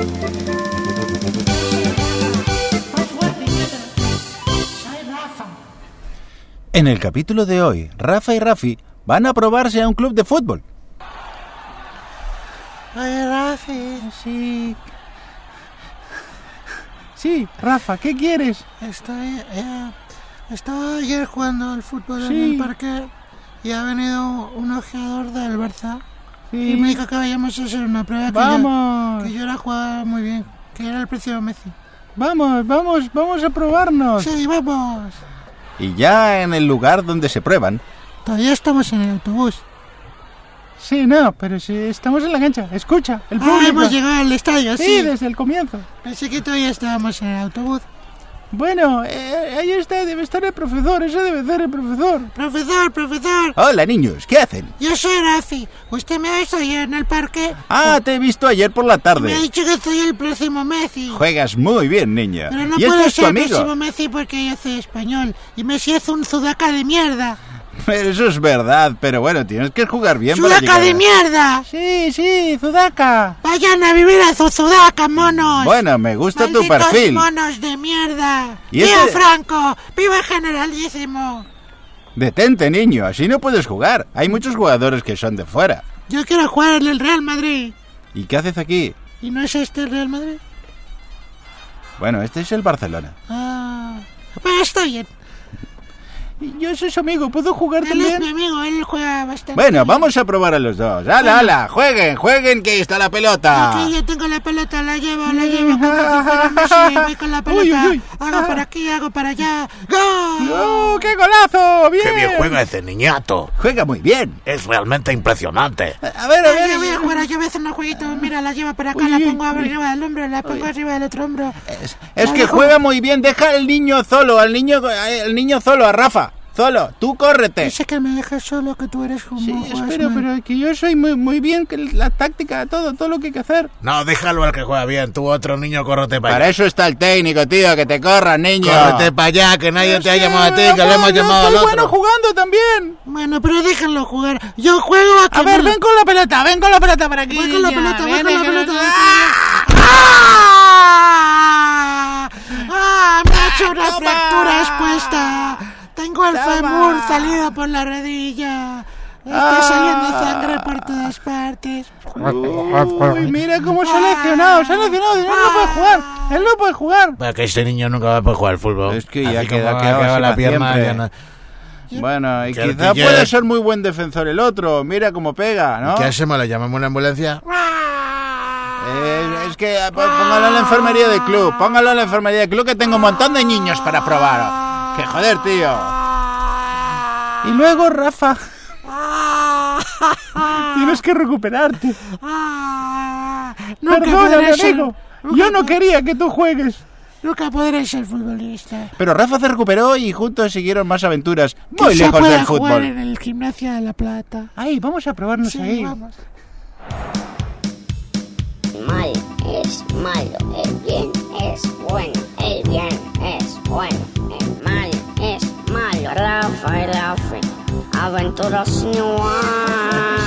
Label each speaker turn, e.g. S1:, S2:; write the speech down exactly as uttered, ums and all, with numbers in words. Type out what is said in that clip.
S1: En el capítulo de hoy, Rafa y Rafi van a probarse a un club de fútbol.
S2: Oye, Rafi.
S1: Sí. Sí, Rafa, ¿qué quieres?
S2: Estoy... Eh, estaba ayer jugando al fútbol
S1: Sí.
S2: en el parque y ha venido un ojeador del Barça
S1: Sí.
S2: y me dijo que vayamos a hacer una prueba que
S1: Vamos.
S2: yo, que yo la jugaba muy bien, que era el precio de Messi.
S1: Vamos, vamos, vamos a probarnos.
S2: Sí, vamos.
S1: Y ya en el lugar donde se prueban...
S2: Todavía estamos en el autobús.
S1: Sí, no, pero si estamos en la cancha. Escucha, el
S2: Ah,
S1: público.
S2: hemos llegado al estadio, sí.
S1: Sí, desde el comienzo.
S2: Pensé que todavía estábamos en el autobús.
S1: Bueno, eh, ahí está, debe estar el profesor, ese debe ser el profesor.
S2: Profesor, profesor.
S1: Hola, niños, ¿qué hacen?
S2: Yo soy Rafi. Usted me ha visto ayer en el parque.
S1: Ah, te he visto ayer por la
S2: Me ha
S1: tarde.
S2: dicho que soy el próximo Messi.
S1: Juegas muy bien, niña.
S2: Pero no
S1: y este
S2: puedo
S1: es tu
S2: ser el próximo
S1: amigo.
S2: Messi porque yo soy español. Y Messi es un sudaca de mierda.
S1: Pero eso es verdad, pero bueno, tienes que jugar bien para
S2: ¡Sudaca
S1: llegar
S2: de
S1: a-
S2: mierda!
S1: Sí, sí, Sudaka.
S2: Vayan a vivir a su sudaca, monos.
S1: Bueno, me gusta tu
S2: Malditos
S1: perfil.
S2: monos de mierda.
S1: ¿Y
S2: ¡Viva
S1: este-
S2: Franco! ¡Viva el generalísimo!
S1: Detente, niño, así no puedes jugar. Hay muchos jugadores que son de fuera.
S2: Yo quiero jugar en el Real Madrid.
S1: ¿Y qué haces aquí?
S2: ¿Y no es este el Real Madrid?
S1: Bueno, este es el Barcelona.
S2: Ah, pero está bien.
S1: Yo soy su amigo, ¿puedo jugar
S2: Él es mi amigo, él juega bastante.
S1: Bueno,
S2: bien.
S1: vamos a probar a los dos. ¡Hala,
S2: Bueno.
S1: hala! ¡Jueguen, jueguen, que ahí está la pelota!
S2: Aquí yo tengo la pelota, la llevo, la llevo como si fuera Messi. Voy con la pelota,
S1: Uy, uy, uy.
S2: hago por aquí, hago para allá. ¡Gol!
S1: ¡Oh, qué golazo! ¡Bien!
S3: ¡Qué bien juega ese niñato!
S1: Juega muy bien.
S3: Es realmente impresionante.
S1: A ver, a
S2: Ay,
S1: ver.
S2: yo voy a jugar, yo voy a hacer unos jueguitos. Mira, la llevo para acá,
S1: Uy,
S2: la
S1: uy,
S2: pongo
S1: uy.
S2: arriba del hombro, la pongo arriba del otro hombro.
S1: Es, es
S2: La
S1: que
S2: dejo-
S1: juega muy bien. Deja al niño solo, al niño, al niño solo, a Rafa. Solo, tú córrete.
S2: Dice que me dejes solo, que tú eres como
S1: Sí,
S2: juegas
S1: espero,
S2: mal.
S1: pero que yo soy muy, muy bien, que la táctica, todo, todo lo que hay que hacer.
S3: No, déjalo al que juega bien. Tú, otro niño, córrete para
S1: Para
S3: allá.
S1: eso está el técnico, tío, que te corra, niño.
S3: Córrete para allá, que nadie te ha
S1: Sí,
S3: llamado a ti, que
S1: Rafa,
S3: le hemos
S1: yo
S3: llamado al
S1: soy bueno
S3: otro.
S1: jugando también.
S2: Bueno, pero déjenlo jugar. Yo juego a que
S1: A ver,
S2: me-
S1: ven con la pelota, ven con la pelota para aquí.
S2: Voy con la
S1: niña.
S2: pelota, voy
S1: Ven,
S2: con la
S1: ven,
S2: pelota.
S1: ven.
S2: ¡Ah! ¡Ah! Me ha hecho una
S1: Toma.
S2: fractura expuesta. Tengo el
S1: Toma.
S2: fémur salido por la rodilla. Está
S1: Ah.
S2: saliendo sangre por todas partes.
S1: Uy, mira cómo se ha lesionado, se ha lesionado, él no puede jugar, él no puede jugar.
S3: Para que este niño nunca va a poder jugar al fútbol.
S1: Es que ya
S3: Así
S1: queda
S3: como
S1: quedado
S3: ha quedado
S1: así
S3: la
S1: para
S3: pierna.
S1: siempre.
S3: Ya no-
S1: Bueno, y
S3: Que
S1: quizá
S3: artillero.
S1: puede ser muy buen defensor el otro, mira cómo pega, ¿no?
S3: ¿Qué hacemos? ¿Le llamamos una ambulancia?
S1: Eh, es que eh, póngalo en la enfermería del club, póngalo en la enfermería del club que tengo un montón de niños para probar. Que joder, tío. Y luego, Rafa, tienes que recuperarte.
S2: Nunca
S1: Perdóname,
S2: podré ser-
S1: amigo.
S2: nunca
S1: Yo no
S2: po-
S1: quería que tú juegues.
S2: Nunca podré ser futbolista.
S1: Pero Rafa se recuperó y juntos siguieron más aventuras muy
S2: Que se
S1: lejos
S2: pueda
S1: del
S2: jugar
S1: fútbol.
S2: en el gimnasio de La Plata.
S1: Ay, vamos a probarnos
S2: Sí,
S1: ahí.
S2: vamos.
S4: Mal es malo, el bien es bueno, el bien es bueno, el mal es malo. Rafa y Rafi, aventuras sin igual.